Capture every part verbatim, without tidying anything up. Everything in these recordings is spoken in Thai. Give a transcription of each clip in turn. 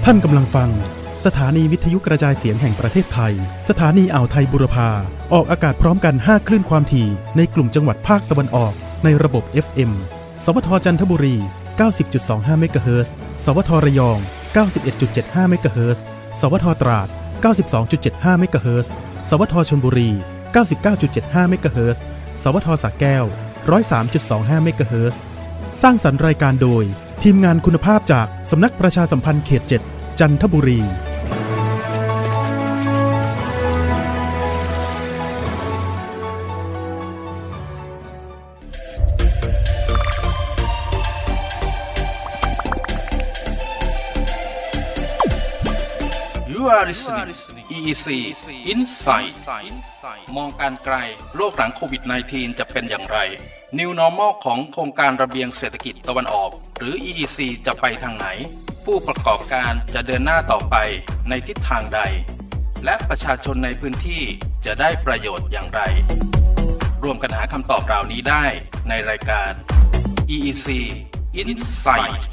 ท่านกำลังฟังสถานีวิทยุกระจายเสียงแห่งประเทศไทยสถานีอ่าวไทยบูรพาออกอากาศพร้อมกันห้าคลื่นความถี่ในกลุ่มจังหวัดภาคตะวันออกในระบบ เอฟ เอ็ม สวทจันทบุรี เก้าสิบจุดสองห้า เมกะเฮิรตซ์ สวทระยอง เก้าสิบเอ็ดจุดเจ็ดห้า เมกะเฮิรตซ์ สวทตราด เก้าสิบสองจุดเจ็ดห้า เมกะเฮิรตซ์ สวทชลบุรี เก้าสิบเก้าจุดเจ็ดห้า เมกะเฮิรตซ์ สวทสระแก้ว หนึ่งร้อยสามจุดสองห้า เมกะเฮิรตซ์ สร้างสรรค์รายการโดยทีมงานคุณภาพจากสำนักประชาสัมพันธ์เขตเจ็ดจันทบุรี You are listening อี อี ซี Insight มองการไกลโลกหลังโควิด สิบเก้า จะเป็นอย่างไร New Normal ของโครงการระเบียงเศรษฐกิจตะวันออกหรือ อี อี ซี จะไปทางไหนผู้ประกอบการจะเดินหน้าต่อไปในทิศทางใดและประชาชนในพื้นที่จะได้ประโยชน์อย่างไรร่วมกันหาคำตอบเหล่านี้ได้ในรายการ อี อี ซี Insight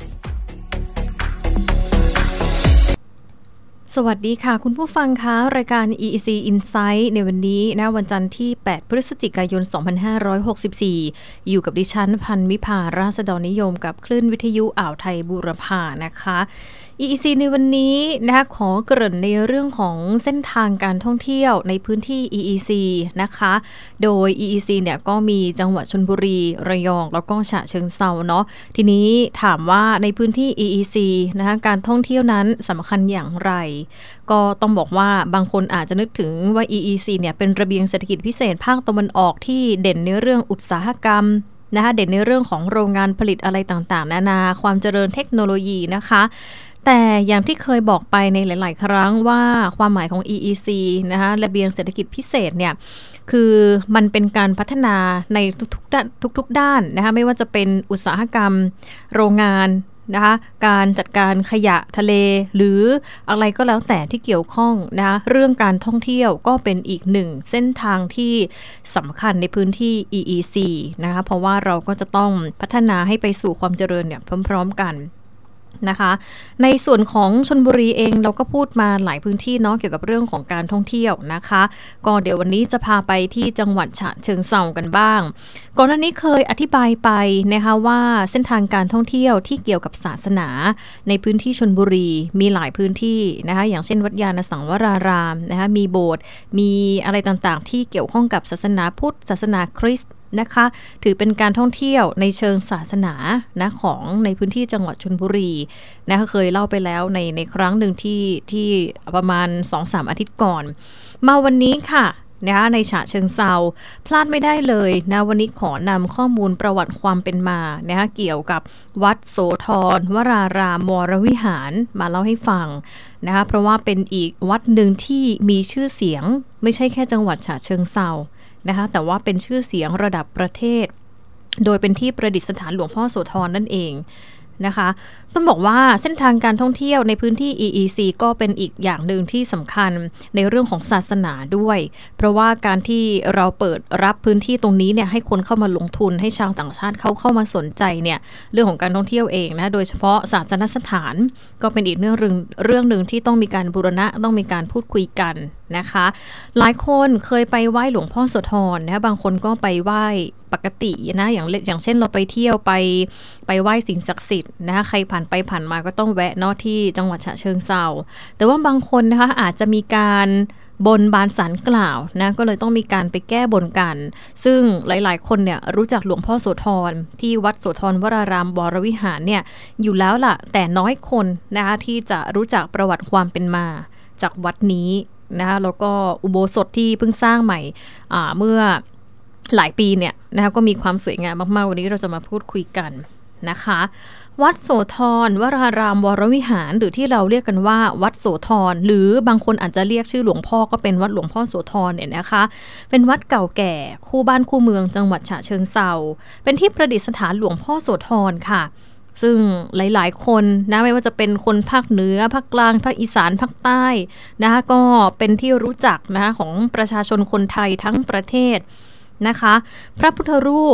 สวัสดีค่ะคุณผู้ฟังคะรายการ อี อี ซี Insight ในวันนี้นะวันจันทร์ที่แปดพฤศจิกายนสองพันห้าร้อยหกสิบสี่อยู่กับดิฉันพันวิภาราษฎรนิยมกับคลื่นวิทยุอ่าวไทยบูรพานะคะ อี อี ซี ในวันนี้นะคะขอเกริ่นในเรื่องของเส้นทางการท่องเที่ยวในพื้นที่ อี อี ซี นะคะโดย อี อี ซี เนี่ยก็มีจังหวัดชลบุรีระยองแล้วก็ฉะเชิงเทราเนาะทีนี้ถามว่าในพื้นที่ อี อี ซี นะคะการท่องเที่ยวนั้นสำคัญอย่างไรก็ต้องบอกว่าบางคนอาจจะนึกถึงว่า อี อี ซี เนี่ยเป็นระเบียงเศรษฐกิจพิเศษภาคตะวันออกที่เด่นในเรื่องอุตสาหกรรมนะคะเด่นในเรื่องของโรงงานผลิตอะไรต่างๆนานาความเจริญเทคโนโลยีนะคะแต่อย่างที่เคยบอกไปในหลายๆครั้งว่าความหมายของ อี อี ซี นะคะระเบียงเศรษฐกิจพิเศษเนี่ยคือมันเป็นการพัฒนาในทุกๆด้านทุกๆด้านนะคะไม่ว่าจะเป็นอุตสาหกรรมโรงงานนะคะการจัดการขยะทะเลหรืออะไรก็แล้วแต่ที่เกี่ยวข้องนะคะเรื่องการท่องเที่ยวก็เป็นอีกหนึ่งเส้นทางที่สำคัญในพื้นที่ อี อี ซี นะคะเพราะว่าเราก็จะต้องพัฒนาให้ไปสู่ความเจริญเนี่ยพร้อมๆกันนะคะในส่วนของชลบุรีเองเราก็พูดมาหลายพื้นที่เนาะเกี่ยวกับเรื่องของการท่องเที่ยวนะคะก็เดี๋ยววันนี้จะพาไปที่จังหวัดฉะเชิงเทรากันบ้างก่อนหน้านี้เคยอธิบายไปนะคะว่าเส้นทางการท่องเที่ยวที่เกี่ยวกับศาสนาในพื้นที่ชลบุรีมีหลายพื้นที่นะคะอย่างเช่นวัดยานสังวรารามนะคะมีโบสถ์มีอะไรต่างๆที่เกี่ยวข้องกับศาสนาพุทธศาสนาคริสต์นะคะถือเป็นการท่องเที่ยวในเชิงศาสนานะของในพื้นที่จังหวัดชลบุรีนะคะเคยเล่าไปแล้วในในครั้งหนึ่งที่ที่ประมาณ สองถึงสาม อาทิตย์ก่อนมาวันนี้ค่ะนะคะในฉะเชิงเทราพลาดไม่ได้เลยนะวันนี้ขอนำข้อมูลประวัติความเป็นมานะคะเกี่ยวกับวัดโสธรวรารามวรวิหารมาเล่าให้ฟังนะคะเพราะว่าเป็นอีกวัดหนึ่งที่มีชื่อเสียงไม่ใช่แค่จังหวัดฉะเชิงเทรานะคะแต่ว่าเป็นชื่อเสียงระดับประเทศโดยเป็นที่ประดิษฐานหลวงพ่อโสธรนั่นเองนะคะต้องบอกว่าเส้นทางการท่องเที่ยวในพื้นที่ อี อี ซี ก็เป็นอีกอย่างหนึ่งที่สำคัญในเรื่องของศาสนาด้วยเพราะว่าการที่เราเปิดรับพื้นที่ตรงนี้เนี่ยให้คนเข้ามาลงทุนให้ชาวต่างชาติเขาเข้ามาสนใจเนี่ยเรื่องของการท่องเที่ยวเองนะโดยเฉพาะศาสนสถานก็เป็นอีกเรื่องเรื่องหนึ่งที่ต้องมีการบูรณะต้องมีการพูดคุยกันนะคะหลายคนเคยไปไหว้หลวงพ่อโสธรนะบางคนก็ไปไหว้ปกตินะอย่างอย่างเช่นเราไปเที่ยวไปไปไหว้สิ่งศักดิ์สิทธิ์นะคะใครผ่านไปผ่านมาก็ต้องแวะเนาะที่จังหวัดฉะเชิงเทราแต่ว่าบางคนนะคะอาจจะมีการบนบานศาลกล่าวนะก็เลยต้องมีการไปแก้บนกันซึ่งหลายๆคนเนี่ยรู้จักหลวงพ่อโสธรที่วัดโสธรวรารามวรวิหารเนี่ยอยู่แล้วล่ะแต่น้อยคนนะคะที่จะรู้จักประวัติความเป็นมาจากวัดนี้นะคะแล้วก็อุโบสถที่เพิ่งสร้างใหม่เมื่อหลายปีเนี่ยนะคะก็มีความสวยงามมากๆวันนี้เราจะมาพูดคุยกันนะคะวัดโสธรวรารามวรวิหารหรือที่เราเรียกกันว่าวัดโสธรหรือบางคนอาจจะเรียกชื่อหลวงพ่อก็เป็นวัดหลวงพ่อโสธรเนี่ยนะคะเป็นวัดเก่าแก่คู่บ้านคู่เมืองจังหวัดฉะเชิงเทราเป็นที่ประดิษฐานหลวงพ่อโสธรค่ะซึ่งหลายๆคนนะไม่ว่าจะเป็นคนภาคเหนือภาคกลางภาคอีสานภาคใต้นะคะก็เป็นที่รู้จักนะคะของประชาชนคนไทยทั้งประเทศนะคะพระพุทธรูป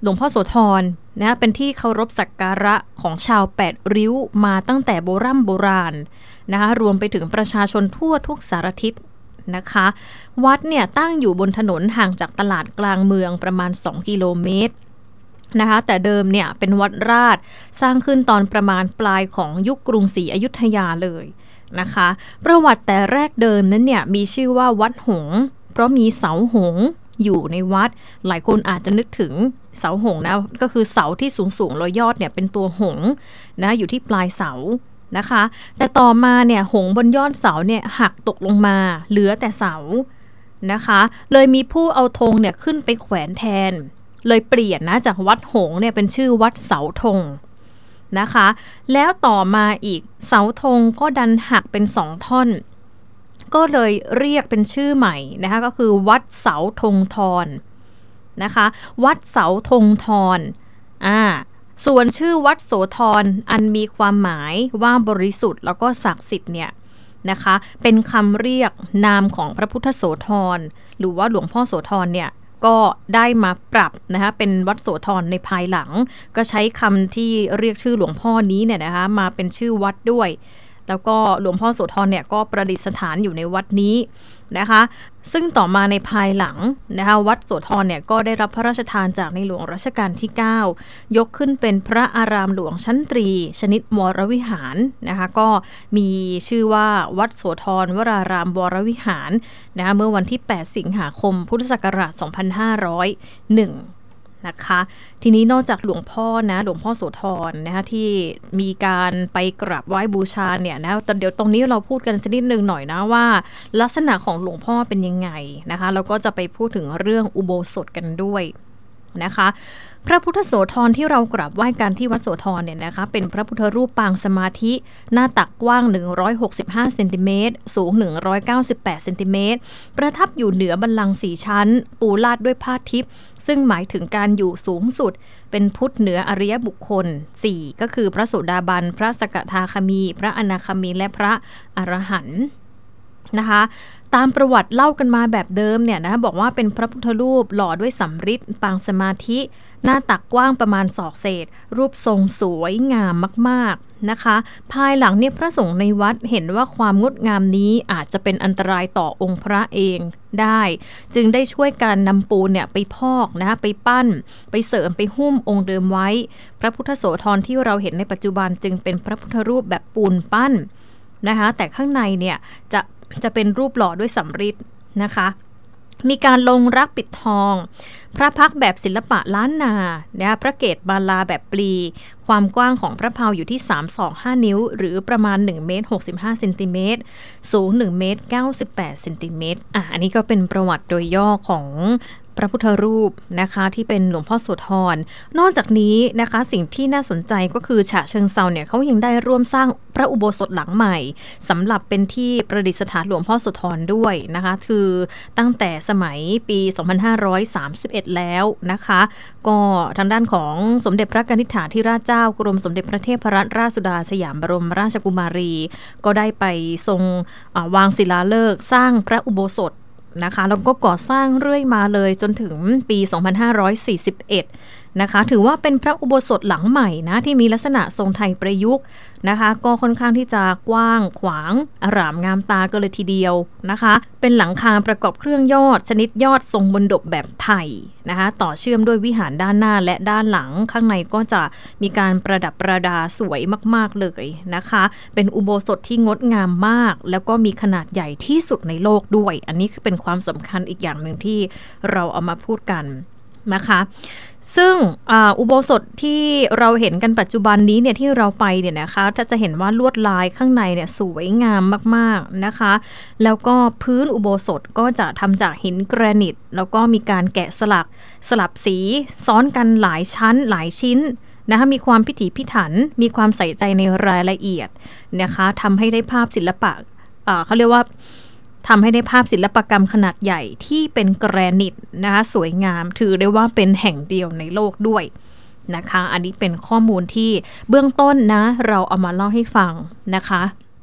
หลวงพ่อโสธรนะเป็นที่เคารพสักการะของชาวแปดริ้วมาตั้งแต่โบราณโบราณนะคะรวมไปถึงประชาชนทั่วทุกสารทิศนะคะวัดเนี่ยตั้งอยู่บนถนนห่างจากตลาดกลางเมืองประมาณสองกิโลเมตรนะคะแต่เดิมเนี่ยเป็นวัดราชสร้างขึ้นตอนประมาณปลายของยุคกรุงศรีอยุธยาเลยนะคะประวัติแต่แรกเดิมนั้นเนี่ยมีชื่อว่าวัดหงส์เพราะมีเสาหงส์อยู่ในวัดหลายคนอาจจะนึกถึงเสาหงส์นะก็คือเสาที่สูงสูงรอยยอดเนี่ยเป็นตัวหงส์นะอยู่ที่ปลายเสานะคะแต่ต่อมาเนี่ยหงส์บนยอดเสาเนี่ยหักตกลงมาเหลือแต่เสานะคะเลยมีผู้เอาธงเนี่ยขึ้นไปแขวนแทนเลยเปลี่ยนนะจากวัดหงส์เนี่ยเป็นชื่อวัดเสาธงนะคะแล้วต่อมาอีกเสาธงก็ดันหักเป็นสองท่อนก็เลยเรียกเป็นชื่อใหม่นะคะก็คือวัดเสาธงธรนะคะวัดเสาธงธรอ่าส่วนชื่อวัดโสธรอันมีความหมายว่าบริสุทธิ์แล้วก็ศักดิ์สิทธิ์เนี่ยนะคะเป็นคำเรียกนามของพระพุทธโสธรหรือว่าหลวงพ่อโสธรเนี่ยก็ได้มาปรับนะคะเป็นวัดโสธรในภายหลังก็ใช้คำที่เรียกชื่อหลวงพ่อนี้เนี่ยนะคะมาเป็นชื่อวัดด้วยแล้วก็หลวงพ่อโสธรเนี่ยก็ประดิษฐานอยู่ในวัดนี้นะคะซึ่งต่อมาในภายหลังนะคะวัดโสธรเนี่ยก็ได้รับพระราชทานจากในหลวงรัชกาลที่เก้ายกขึ้นเป็นพระอารามหลวงชั้นตรีชนิดวรวิหารนะคะก็มีชื่อว่าวัดโสธรวรารามวรวิหารนะคะเมื่อวันที่แปดสิงหาคมพุทธศักราชสองพันห้าร้อยเอ็ดนะคะทีนี้นอกจากหลวงพ่อนะหลวงพ่อโสธรนะคะที่มีการไปกราบไหว้บูชาเนี่ยนะแต่เดี๋ยวตรงนี้เราพูดกันสักนิดนึงหน่อยนะว่าลักษณะของหลวงพ่อเป็นยังไงนะคะแล้วก็จะไปพูดถึงเรื่องอุโบสถกันด้วยนะคะพระพุทธโสธรที่เรากราบไหว้กันที่วัดโสธรเนี่ยนะคะเป็นพระพุทธรูปปางสมาธิหน้าตักกว้างหนึ่งร้อยหกสิบห้าเซนติเมตรสูงหนึ่งร้อยเก้าสิบแปดเซนติเมตรประทับอยู่เหนือบัลลังก์สี่ชั้นปูลาดด้วยผ้าทิพย์ซึ่งหมายถึงการอยู่สูงสุดเป็นพุทธเหนืออริยบุคคลสี่ก็คือพระโสดาบันพระสกทาคามีพระอนาคามีและพระอรหันต์นะคะตามประวัติเล่ากันมาแบบเดิมเนี่ยนะบอกว่าเป็นพระพุทธรูปหล่อด้วยสำริดปางสมาธิหน้าตักกว้างประมาณศอกเศษรูปทรงสวยงามมากๆนะคะภายหลังเนี่ยพระสงฆ์ในวัดเห็นว่าความงดงามนี้อาจจะเป็นอันตรายต่อองค์พระเองได้จึงได้ช่วยการนำปูนเนี่ยไปพอกนะคะไปปั้นไปเสริมไปหุ้มองค์เดิมไว้พระพุทธโสธรที่เราเห็นในปัจจุบันจึงเป็นพระพุทธรูปแบบปูนปั้นนะคะแต่ข้างในเนี่ยจะจะเป็นรูปหล่อด้วยสำริดนะคะมีการลงรักปิดทองพระพักตร์แบบศิลปะล้านนานะคะพระเกศบาลาแบบปลีความกว้างของพระเพลาอยู่ที่สามศอกห้านิ้วหรือประมาณหนึ่งเมตรหกสิบห้าเซนติเมตรสูงหนึ่งเมตรเก้าสิบแปดเซนติเมตรอ่ะอันนี้ก็เป็นประวัติโดยย่อของพระพุทธรูปนะคะที่เป็นหลวงพ่อโสธรนอกจากนี้นะคะสิ่งที่น่าสนใจก็คือฉะเชิงเทราเนี่ยเขายังได้ร่วมสร้างพระอุโบสถหลังใหม่สำหรับเป็นที่ประดิษฐานหลวงพ่อโสธรด้วยนะคะคือตั้งแต่สมัยปีสองพันห้าร้อยสามสิบเอ็ดแล้วนะคะก็ทางด้านของสมเด็จพระกนิษฐาธิราชเจ้ากรมสมเด็จพระเทพรัตนราชสุดาสยามบรมราชกุมารีก็ได้ไปทรงวางศิลาฤกษ์สร้างพระอุโบสถนะคะแล้วก็ก่อสร้างเรื่อยมาเลยจนถึงปีสองพันห้าร้อยสี่สิบเอ็ดนะคะถือว่าเป็นพระอุโบสถหลังใหม่นะที่มีลักษณะทรงไทยประยุกต์นะคะก็ค่อนข้างที่จะกว้างขวางอร่ามงามตากันเลยทีเดียวนะคะเป็นหลังคาประกอบเครื่องยอดชนิดยอดทรงบนดบแบบไทยนะคะต่อเชื่อมด้วยวิหารด้านหน้าและด้านหลังข้างในก็จะมีการประดับประดาสวยมากๆเลยนะคะเป็นอุโบสถที่งดงามมากแล้วก็มีขนาดใหญ่ที่สุดในโลกด้วยอันนี้คือเป็นความสำคัญอีกอย่างหนึ่งที่เราเอามาพูดกันนะคะซึ่ง อ, อุโบสถที่เราเห็นกันปัจจุบันนี้เนี่ยที่เราไปเนี่ยนะคะจะจะเห็นว่าลวดลายข้างในเนี่ยสวยงามมากๆนะคะแล้วก็พื้นอุโบสถก็จะทำจากหินแกรนิตแล้วก็มีการแกะสลักสลับสีซ้อนกันหลายชั้นหลายชิ้นนะคะมีความพิถีพิถันมีความใส่ใจในรายละเอียดนะคะทำให้ได้ภาพศิลปะเขาเรียกว่าทำให้ได้ภาพศิลปกรรมขนาดใหญ่ที่เป็นแกรนิตนะคะสวยงามถือได้ว่าเป็นแห่งเดียวในโลกด้วยนะคะอันนี้เป็นข้อมูลที่เบื้องต้นนะเราเอามาเล่าให้ฟังนะคะ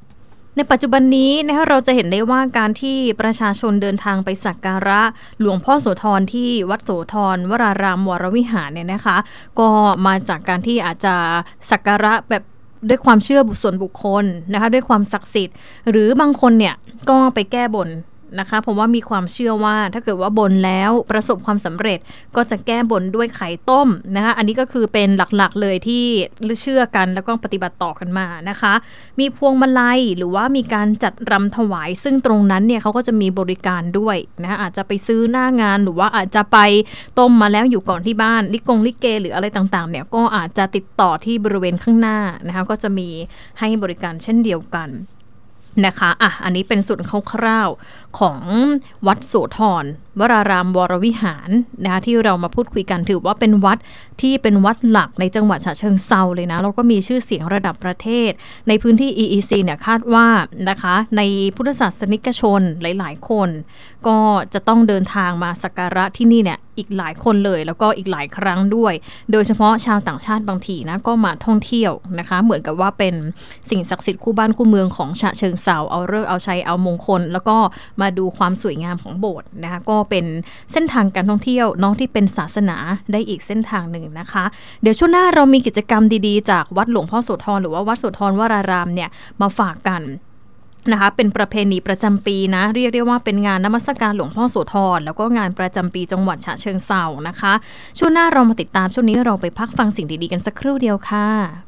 ในปัจจุบันนี้นะคะเราจะเห็นได้ว่าการที่ประชาชนเดินทางไปสักการะหลวงพ่อโสธรที่วัดโสธรวรารามวรวิหารเนี่ยนะคะก็มาจากการที่อาจจะสักการะแบบด้วยความเชื่อส่วนบุคคลนะคะด้วยความศักดิ์สิทธิ์หรือบางคนเนี่ยก็ไปแก้บนนะคะเพราะว่ามีความเชื่อว่าถ้าเกิดว่าบนแล้วประสบความสำเร็จก็จะแก้บนด้วยไข่ต้มนะคะอันนี้ก็คือเป็นหลักๆเลยที่เชื่อกันแล้วก็ปฏิบัติต่อกันมานะคะมีพวงมาลัยหรือว่ามีการจัดรำถวายซึ่งตรงนั้นเนี่ยเขาก็จะมีบริการด้วยนะอาจจะไปซื้อหน้างานหรือว่าอาจจะไปต้มมาแล้วอยู่ก่อนที่บ้านลิกงลิเกหรืออะไรต่างๆเนี่ยก็อาจจะติดต่อที่บริเวณข้างหน้านะคะก็จะมีให้บริการเช่นเดียวกันนะคะอ่ะอันนี้เป็นส่วนคร่าวๆของวัดโสธรวรารามวรวิหารนะคะที่เรามาพูดคุยกันถือว่าเป็นวัดที่เป็นวัดหลักในจังหวัดฉะเชิงเทราเลยนะแล้วก็มีชื่อเสียงระดับประเทศในพื้นที่ อี อี ซี เนี่ยคาดว่านะคะในพุทธศาสนิกชนหลายๆคนก็จะต้องเดินทางมาสักการะที่นี่เนี่ยอีกหลายคนเลยแล้วก็อีกหลายครั้งด้วยโดยเฉพาะชาวต่างชาติบางทีนะก็มาท่องเที่ยวนะคะเหมือนกับว่าเป็นสิ่งศักดิ์สิทธิ์คู่บ้านคู่เมืองของฉะเชิงเทราเอาฤกษ์เอาชัยเอามงคลแล้วก็มาดูความสวยงามของโบสถ์นะคะก็เป็นเส้นทางการท่องเที่ยวน้องที่เป็นศาสนาได้อีกเส้นทางหนึ่งนะคะเดี๋ยวช่วงหน้าเรามีกิจกรรมดีๆจากวัดหลวงพ่อโสธรหรือว่าวัดโสธรวรารามเนี่ยมาฝากกันนะคะเป็นประเพณีประจำปีนะเรียกได้ว่าเป็นงานนมัสการหลวงพ่อโสธรแล้วก็งานประจำปีจังหวัดฉะเชิงเทรานะคะช่วงหน้าเรามาติดตามช่วงนี้เราไปพักฟังสิ่งดีๆกันสักครู่เดียวค่ะ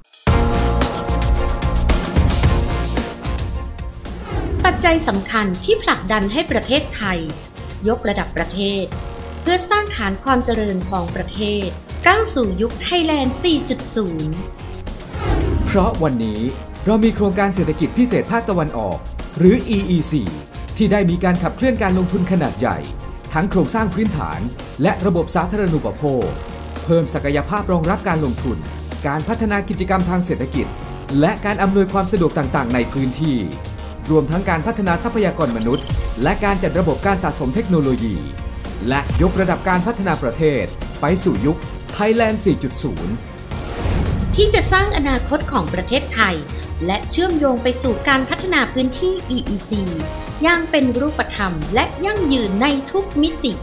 ปัจจัยสำคัญที่ผลักดันให้ประเทศไทยยกระดับประเทศเพื่อสร้างฐานความเจริญของประเทศก้าวสู่ยุคไทยแลนด์ สี่จุดศูนย์เพราะวันนี้เรามีโครงการเศรษฐกิจพิเศษภาคตะวันออกหรือ อี อี ซี ที่ได้มีการขับเคลื่อนการลงทุนขนาดใหญ่ทั้งโครงสร้างพื้นฐานและระบบสาธารณูปโภคเพิ่มศักยภาพรองรับการลงทุนการพัฒนากิจกรรมทางเศรษฐกิจและการอำนวยความสะดวกต่างๆในพื้นที่รวมทั้งการพัฒนาทรัพยากรมนุษย์และการจัดระบบการสะสมเทคโนโลยีและยกระดับการพัฒนาประเทศไปสู่ยุค Thailand สี่จุดศูนย์ที่จะสร้างอนาคตของประเทศไทยและเชื่อมโยงไปสู่การพัฒนาพื้นที่ อี อี ซี อย่างเป็นรูปธรรมและยั่งยืนในทุกมิติ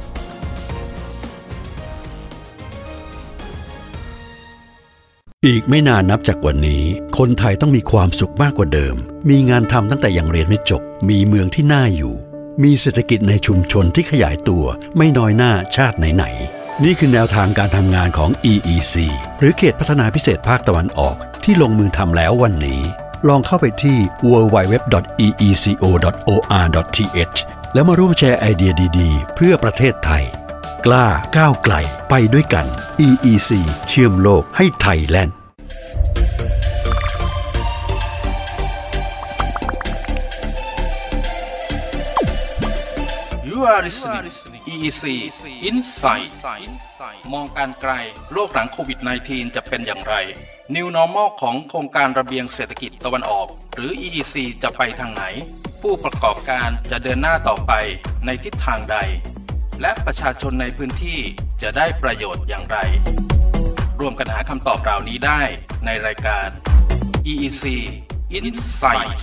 อีกไม่นานนับจากวันนี้คนไทยต้องมีความสุขมากกว่าเดิมมีงานทำตั้งแต่ยังเรียนไม่จบมีเมืองที่น่าอยู่มีเศรษฐกิจในชุมชนที่ขยายตัวไม่น้อยหน้าชาติไหนๆนี่คือแนวทางการทำงานของ อี อี ซี หรือเขตพัฒนาพิเศษภาคตะวันออกที่ลงมือทำแล้ววันนี้ลองเข้าไปที่ ดับเบิลยู ดับเบิลยู ดับเบิลยู ดอท อี อี ซี โอ ดอท โอ อาร์ ดอท ที เอช แล้วมาร่วมแชร์ไอเดียดีๆเพื่อประเทศไทยกล้าก้าวไกลไปด้วยกัน อี อี ซี เชื่อมโลกให้ไทยแลนด์ You are listening อี อี ซี Insight มองการไกลโลกหลังโควิด สิบเก้า จะเป็นอย่างไร New Normal ของโครงการระเบียงเศรษฐกิจตะวันออกหรือ อี อี ซี จะไปทางไหนผู้ประกอบการจะเดินหน้าต่อไปในทิศทางใดและประชาชนในพื้นที่จะได้ประโยชน์อย่างไรรวมกันหาคำตอบเหล่านี้ได้ในรายการ อี อี ซี Insight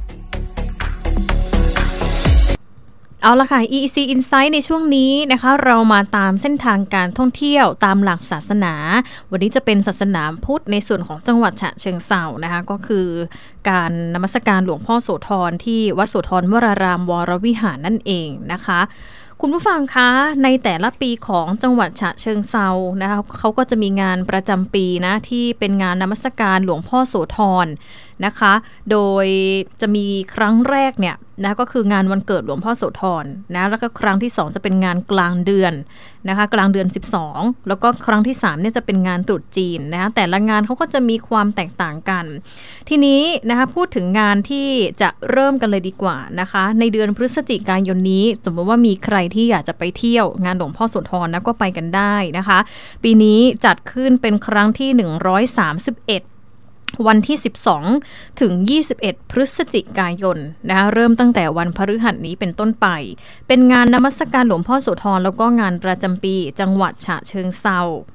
เอาละค่ะ อี อี ซี Insight ในช่วงนี้นะคะเรามาตามเส้นทางการท่องเที่ยวตามหลักศาสนาวันนี้จะเป็นศาสนาพุทธในส่วนของจังหวัดฉะเชิงเทรานะคะก็คือการนมัสการหลวงพ่อโสธรที่วัดโสธรวรารามวรวิหารนั่นเองนะคะคุณผู้ฟังคะในแต่ละปีของจังหวัดฉะเชิงเทรานะคะเขาก็จะมีงานประจำปีนะที่เป็นงานนมัสการหลวงพ่อโสธรนะคะโดยจะมีครั้งแรกเนี่ยนะก็คืองานวันเกิดหลวงพ่อโสธรนะแล้วก็ครั้งที่สองจะเป็นงานกลางเดือนนะคะกลางเดือนสิบสองแล้วก็ครั้งที่สามเนี่ยจะเป็นงานตรุษจีนนะแต่ละงานเขาก็จะมีความแตกต่างกันทีนี้นะคะพูดถึงงานที่จะเริ่มกันเลยดีกว่านะคะในเดือนพฤศจิกายนนี้สมมติว่ามีใครที่อยากจะไปเที่ยวงานหลวงพ่อโสธรนะก็ไปกันได้นะคะปีนี้จัดขึ้นเป็นครั้งที่หนึ่งร้อยสามสิบเอ็ดวันที่สิบสองถึงยี่สิบเอ็ดพฤศจิกายนนะคะเริ่มตั้งแต่วันพฤหัสนี้เป็นต้นไปเป็นงานนมัสการหลวงพ่อโสธรแล้วก็งานประจำปีจังหวัดฉะเชิงเทรา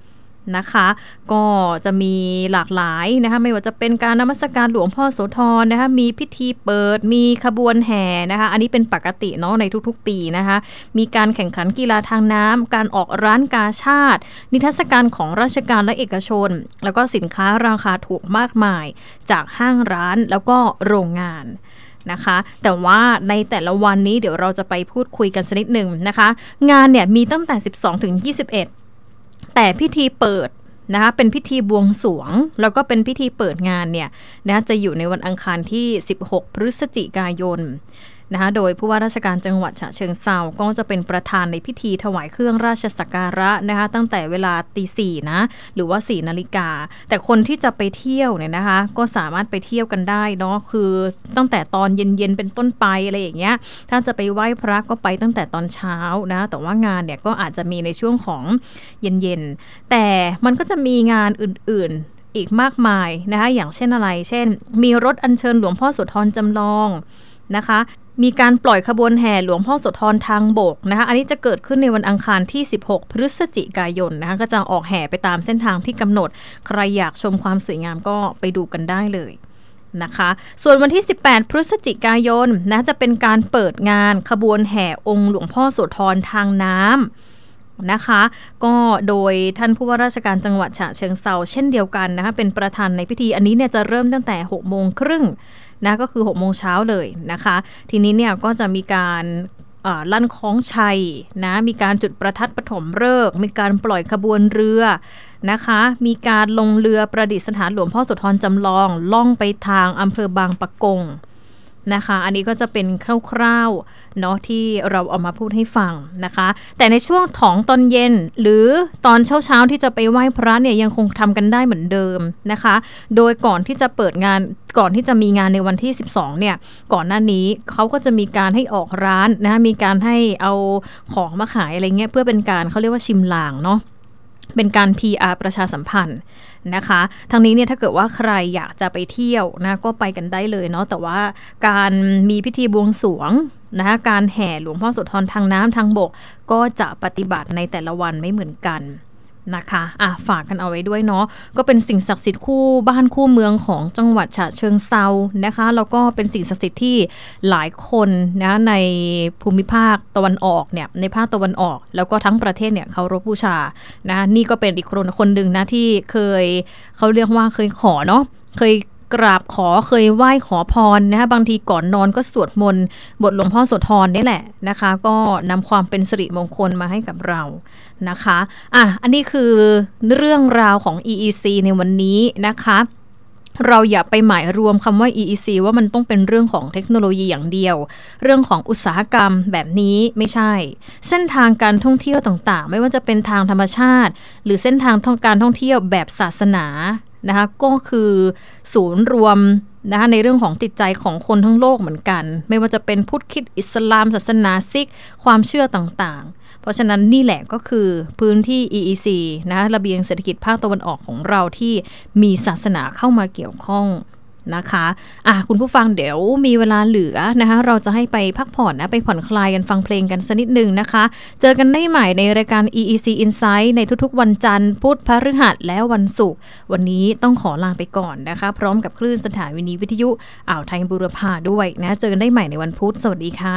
นะคะก็จะมีหลากหลายนะคะไม่ว่าจะเป็นการนมัสการหลวงพ่อโสธรนะคะมีพิธีเปิดมีขบวนแห่นะคะอันนี้เป็นปกติเนาะในทุกๆปีนะคะมีการแข่งขันกีฬาทางน้ำการออกร้านกาชาดนิทรรศการของราชการและเอกชนแล้วก็สินค้าราคาถูกมากมายจากห้างร้านแล้วก็โรงงานนะคะแต่ว่าในแต่ละวันนี้เดี๋ยวเราจะไปพูดคุยกันสักนิดหนึ่งนะคะงานเนี่ยมีตั้งแต่สิบสองถึงยี่สิบเอ็ดแต่พิธีเปิดนะคะเป็นพิธีบวงสรวงแล้วก็เป็นพิธีเปิดงานเนี่ยนะจะอยู่ในวันอังคารที่สิบหกพฤศจิกายนนะคะโดยผู้ว่าราชการจังหวัดฉะเชิงเทราก็จะเป็นประธานในพิธีถวายเครื่องราชสักการะนะคะตั้งแต่เวลาตีสี่นะหรือว่าสี่นาฬิกาแต่คนที่จะไปเที่ยวเนี่ยนะคะก็สามารถไปเที่ยวกันได้เนาะคือตั้งแต่ตอนเย็นๆเป็นต้นไปอะไรอย่างเงี้ยถ้าจะไปไหว้พระก็ไปตั้งแต่ตอนเช้านะแต่ว่างานเนี่ยก็อาจจะมีในช่วงของเย็นๆแต่มันก็จะมีงานอื่นๆอีกมากมายนะคะอย่างเช่นอะไรเช่นมีรถอัญเชิญหลวงพ่อโสธรจำลองนะคะมีการปล่อยขบวนแห่หลวงพ่อโสธรทางบกนะคะอันนี้จะเกิดขึ้นในวันอังคารที่สิบหกพฤศจิกายนนะคะก็จะออกแห่ไปตามเส้นทางที่กำหนดใครอยากชมความสวยงามก็ไปดูกันได้เลยนะคะส่วนวันที่สิบแปดพฤศจิกายนนะจะเป็นการเปิดงานขบวนแห่องค์หลวงพ่อโสธรทางน้ำนะคะก็โดยท่านผู้ว่าราชการจังหวัดฉะเชิงเทราเช่นเดียวกันนะคะเป็นประธานในพิธีอันนี้เนี่ยจะเริ่มตั้งแต่หกโมงครึ่งนะก็คือหกโมงเช้าเลยนะคะทีนี้เนี่ยก็จะมีการลั่นคล้องชัยนะมีการจุดประทัดปฐมฤกษ์มีการปล่อยขบวนเรือนะคะมีการลงเรือประดิษฐานหลวงพ่อโสธรจำลองล่องไปทางอำเภอบางปะกงนะคะอันนี้ก็จะเป็นคร่าวๆเนาะที่เราเอามาพูดให้ฟังนะคะแต่ในช่วงของตอนเย็นหรือตอนเช้าๆที่จะไปไหว้พระเนี่ยยังคงทำกันได้เหมือนเดิมนะคะโดยก่อนที่จะเปิดงานก่อนที่จะมีงานในวันที่สิบสองเนี่ยก่อนหน้านี้เขาก็จะมีการให้ออกร้านนะมีการให้เอาของมาขายอะไรเงี้ยเพื่อเป็นการเขาเรียกว่าชิมลางเนาะเป็นการ พี อาร์ ประชาสัมพันธ์นะคะทั้งนี้เนี่ยถ้าเกิดว่าใครอยากจะไปเที่ยวนะก็ไปกันได้เลยเนาะแต่ว่าการมีพิธีบวงสรวงนะคะการแห่หลวงพ่อโสธรทางน้ำทางบกก็จะปฏิบัติในแต่ละวันไม่เหมือนกันนะคะอ่ะฝากกันเอาไว้ด้วยเนาะก็เป็นสิ่งศักดิ์สิทธิ์คู่บ้านคู่เมืองของจังหวัดฉะเชิงเทรานะคะแล้วก็เป็นสิ่งศักดิ์สิทธิ์ที่หลายคนนะในภูมิภาคตะวันออกเนี่ยในภาคตะวันออกแล้วก็ทั้งประเทศเนี่ยเคารพบูชานะนี่ก็เป็นอีกคนคนหนึ่งนะที่เคยเขาเรียกว่าเคยขอเนาะเคยกราบขอเคยไหว้ขอพรนะคะบางทีก่อนนอนก็สวดมนต์บทหลวงพ่อโสธรนี่แหละนะคะก็นำความเป็นสิริมงคลมาให้กับเรานะคะอ่ะอันนี้คือเรื่องราวของ อี อี ซี ในวันนี้นะคะเราอย่าไปหมายรวมคำว่า อี อี ซี ว่ามันต้องเป็นเรื่องของเทคโนโลยีอย่างเดียวเรื่องของอุตสาหกรรมแบบนี้ไม่ใช่เส้นทางการท่องเที่ยวต่างๆไม่ว่าจะเป็นทางธรรมชาติหรือเส้นทางการท่องเที่ยวแบบศาสนานะคะก็คือศูนย์รวมนะคะในเรื่องของจิตใจของคนทั้งโลกเหมือนกันไม่ว่าจะเป็นพุทธคริสต์อิสลามศาสนาซิกความเชื่อต่างๆเพราะฉะนั้นนี่แหละก็คือพื้นที่ อี อี ซี นะระเบียงเศรษฐกิจภาคตะวันออกของเราที่มีศาสนาเข้ามาเกี่ยวข้องนะคะอ่ะคุณผู้ฟังเดี๋ยวมีเวลาเหลือนะคะเราจะให้ไปพักผ่อนนะไปผ่อนคลายกันฟังเพลงกันสักนิดนึงนะคะเจอกันได้ใหม่ในรายการ อี อี ซี Insight ในทุกๆวันจันทร์พุธพฤหัสและวันศุกร์วันนี้ต้องขอลาไปก่อนนะคะพร้อมกับคลื่นสถานีวิทยุอ่าวไทยบูรพาด้วยนะเจอกันได้ใหม่ในวันพุธสวัสดีค่ะ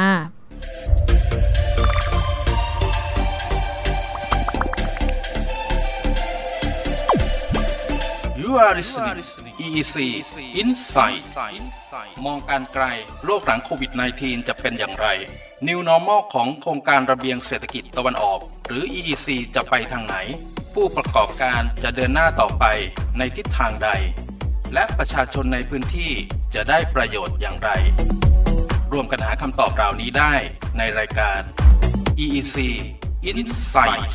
You are listening อี อี ซี Insight มองการไกลโลกหลังโควิด สิบเก้า จะเป็นอย่างไร New Normal ของโครงการระเบียงเศรษฐกิจตะวันออกหรือ อี อี ซี จะไปทางไหนผู้ประกอบการจะเดินหน้าต่อไปในทิศทางใดและประชาชนในพื้นที่จะได้ประโยชน์อย่างไรรวมกันหาคำตอบเหล่านี้ได้ในรายการ อี อี ซี Insight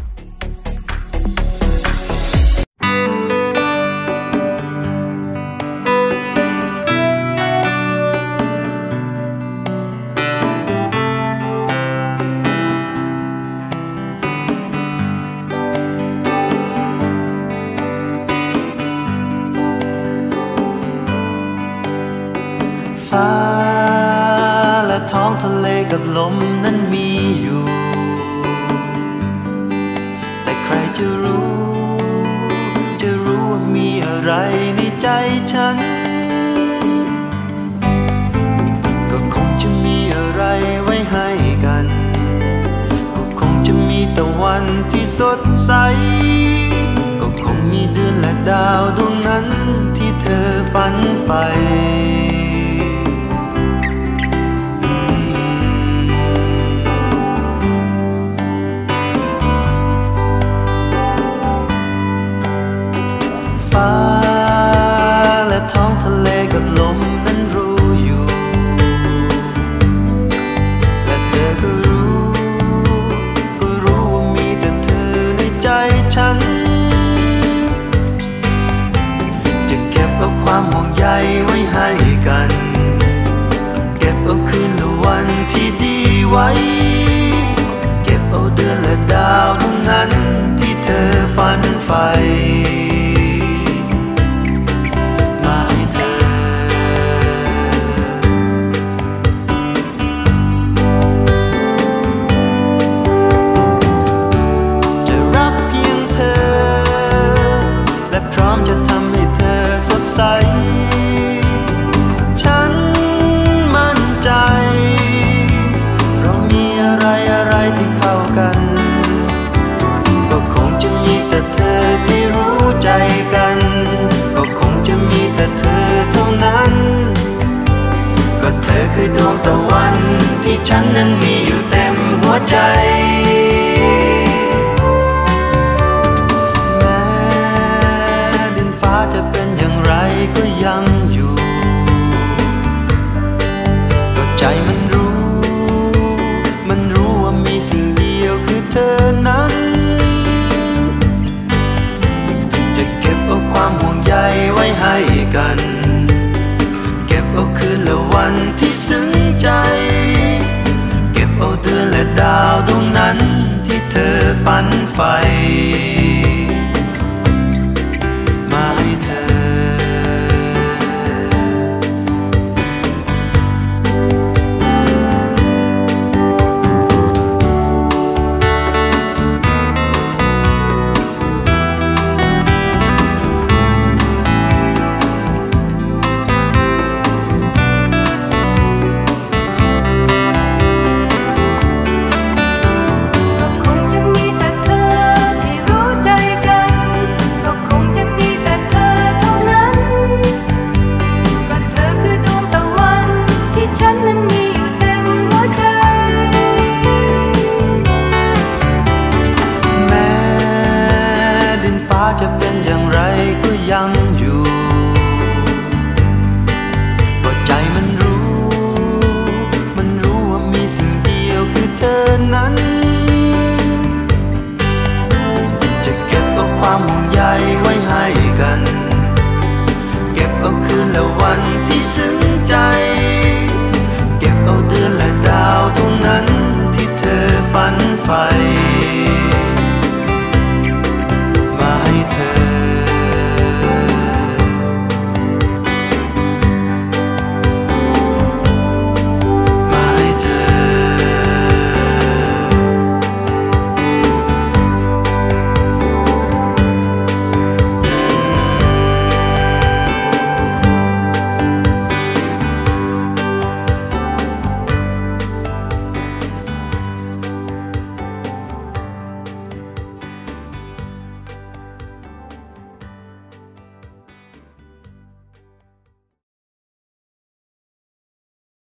ฟ้าและท้องทะเลกับลมนั้นมีอยู่แต่ใครจะรู้ในใจฉันก็คงจะมีอะไรไว้ให้กันก็คงจะมีตะวันที่สดใสก็คงมีเดือนและดาวดวงนั้นที่เธอฝันใฝ่ฟ้าและท้องทะเลกับลมนั้นรู้อยู่และเธอก็รู้ก็รู้ว่ามีแต่เธอในใจฉันจะเก็บเอาความห่วงใยไว้ให้กันเก็บเอาคืนและวันที่ดีไว้เก็บเอาเดือนและดาวดวงนั้นที่เธอฝันใฝ่ฉันมั่นใจเรามีอะไรอะไรที่เข้ากันก็คงจะมีแต่เธอที่รู้ใจกันก็คงจะมีแต่เธอเท่านั้นก็เธอคือดวงตะวันที่ฉันนั้นมีอยู่เต็มหัวใจจะเป็นอย่างไรก็ยังอยู่ก็ใจมันรู้มันรู้ว่ามีสิ่งเดียวคือเธอนั้นจะเก็บเอาความห่วงใยไว้ให้กันเก็บเอาคืนและวันที่ซึ้งใจเก็บเอาเดือนและดาวดวงนั้นที่เธอฝันใฝ่จะเป็นอย่างไรก็ยังอยู่ก็ใจมันรู้มันรู้ว่ามีสิ่งเดียวคือเธอนั้นจะเก็บเอาความห่วงใยไว้ให้กันเก็บเอาคืนและวันที่ซึ้งใจเก็บเอาเดือนและดาวดวงนั้นที่เธอฝัน